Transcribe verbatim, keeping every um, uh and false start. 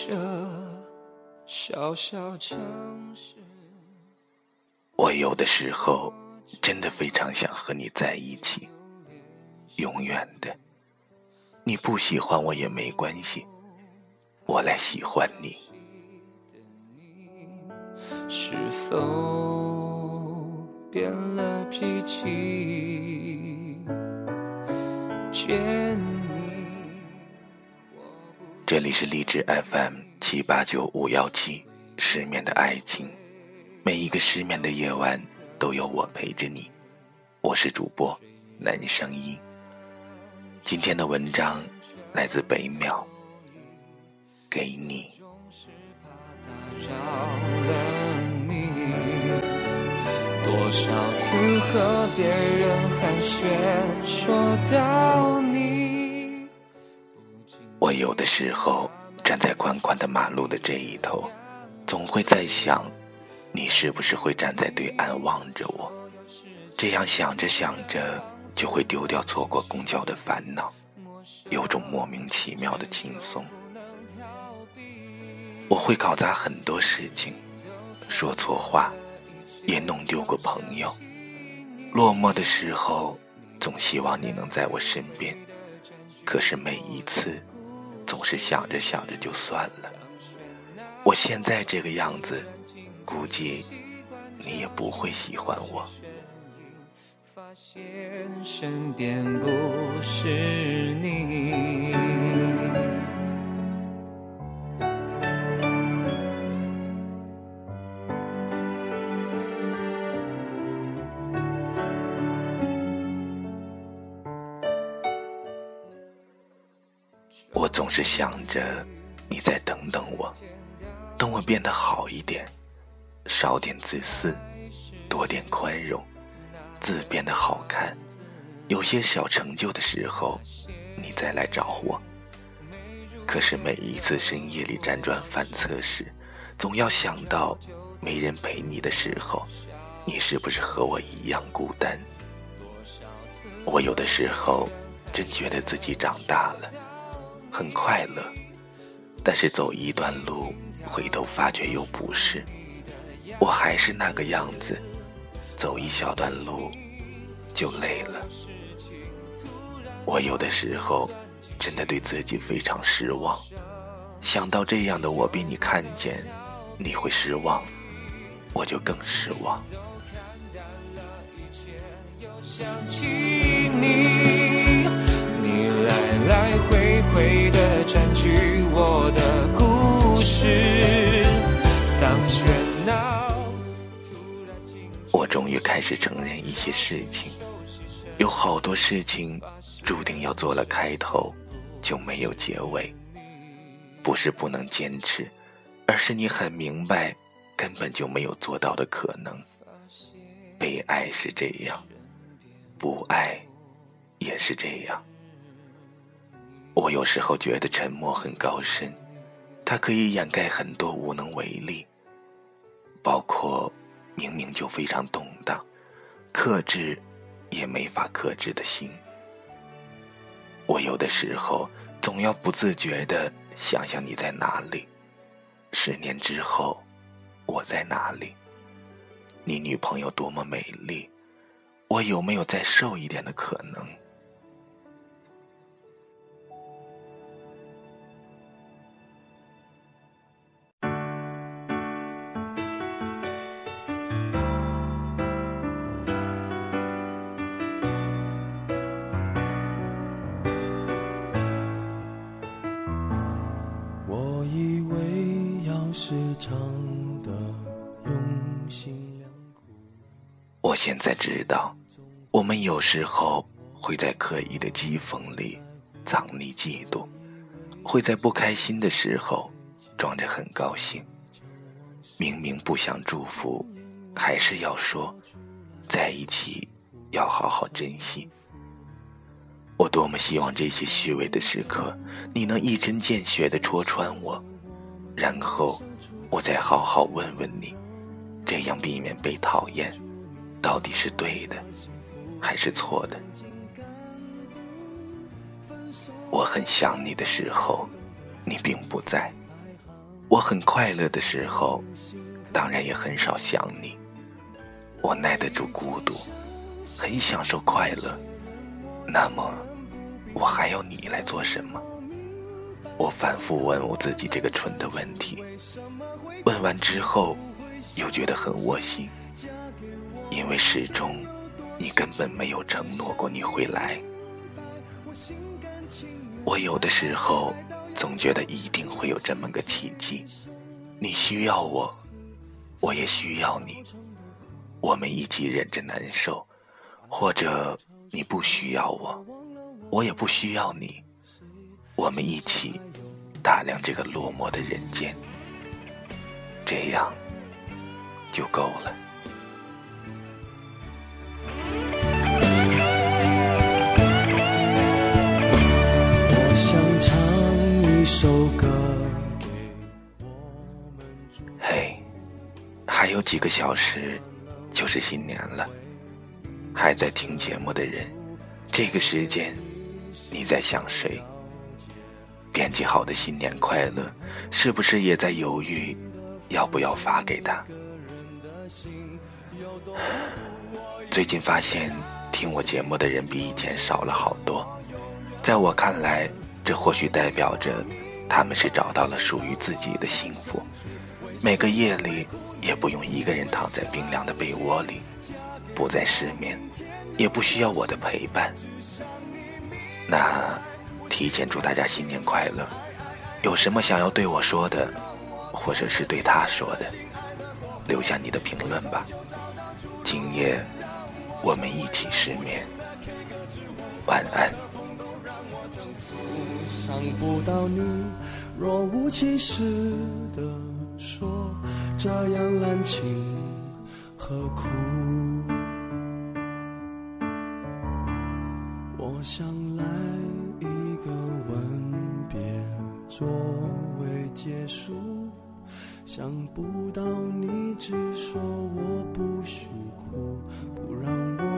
这小小城市。 我有的时候真的非常想和你在一起，永远的。你不喜欢我也没关系，我来喜欢你。 是否变了脾气？见你。 这里是荔枝 F M 七八九五幺七，失眠的爱情。每一个失眠的夜晚都有我陪着你。我是主播南声音。今天的文章来自北淼，给你。 多少次和别人寒暄说到你。 我有的时候站在宽宽的马路的这一头，总会在想，你是不是会站在对岸望着我？这样想着想着，就会丢掉错过公交的烦恼，有种莫名其妙的轻松。我会搞砸很多事情，说错话，也弄丢过朋友。落寞的时候，总希望你能在我身边，可是每一次，总是想着想着就算了。我现在这个样子，估计你也不会喜欢我。 发现身边不是你。 我总是想着你再等等我，等我变得好一点，少点自私，多点宽容，字变得好看，有些小成就的时候，你再来找我。可是每一次深夜里辗转反侧时，总要想到没人陪你的时候，你是不是和我一样孤单？我有的时候真觉得自己长大了，很快乐，但是走一段路，回头发觉又不是，我还是那个样子，走一小段路就累了。我有的时候真的对自己非常失望，想到这样的我被你看见，你会失望，我就更失望。 想起你，你来来回回地占据我的故事。当喧闹突然静止， 我终于开始承认一些事情，有好多事情注定要做了开头就没有结尾。不是不能坚持，而是你很明白根本就没有做到的可能。被爱是这样，不爱也是这样。我有时候觉得沉默很高深，它可以掩盖很多无能为力，包括明明就非常动荡，克制也没法克制的心。我有的时候总要不自觉地想想你在哪里，十年之后我在哪里，你女朋友多么美丽，我有没有再瘦一点的可能？ 我以为要时常的用心良苦。 我现在知道，我们有时候会在刻意的讥讽里藏匿嫉妒，会在不开心的时候装着很高兴，明明不想祝福，还是要说在一起要好好珍惜。我多么希望这些虚伪的时刻，你能一针见血地戳穿我，然后我再好好问问你，这样避免被讨厌，到底是对的还是错的？我很想你的时候，你并不在， 我很快乐的时候，当然也很少想你。我耐得住孤独，很享受快乐，那么我还要你来做什么？我反复问我自己这个蠢的问题，问完之后又觉得很窝心，因为始终你根本没有承诺过你会来。我有的时候总觉得一定会有这么个契机，你需要我，我也需要你，我们一起忍着难受，或者你不需要我，我也不需要你，我们一起打量这个落寞的人间，这样就够了。 我想唱一首歌给我们。 嘿，还有几个小时就是新年了，还在听节目的人，这个时间你在想谁？编辑好的新年快乐，是不是也在犹豫要不要发给他？最近发现听我节目的人比以前少了好多，在我看来，这或许代表着他们是找到了属于自己的幸福，每个夜里也不用一个人躺在冰凉的被窝里，不再失眠，也不需要我的陪伴。那提前祝大家新年快乐，有什么想要对我说的，或者是对他说的，留下你的评论吧。今夜我们一起失眠，晚安。 想不到你若无其事地说，这样滥情何苦？我想来一个吻别作为结束，想不到你只说我不许哭，不让我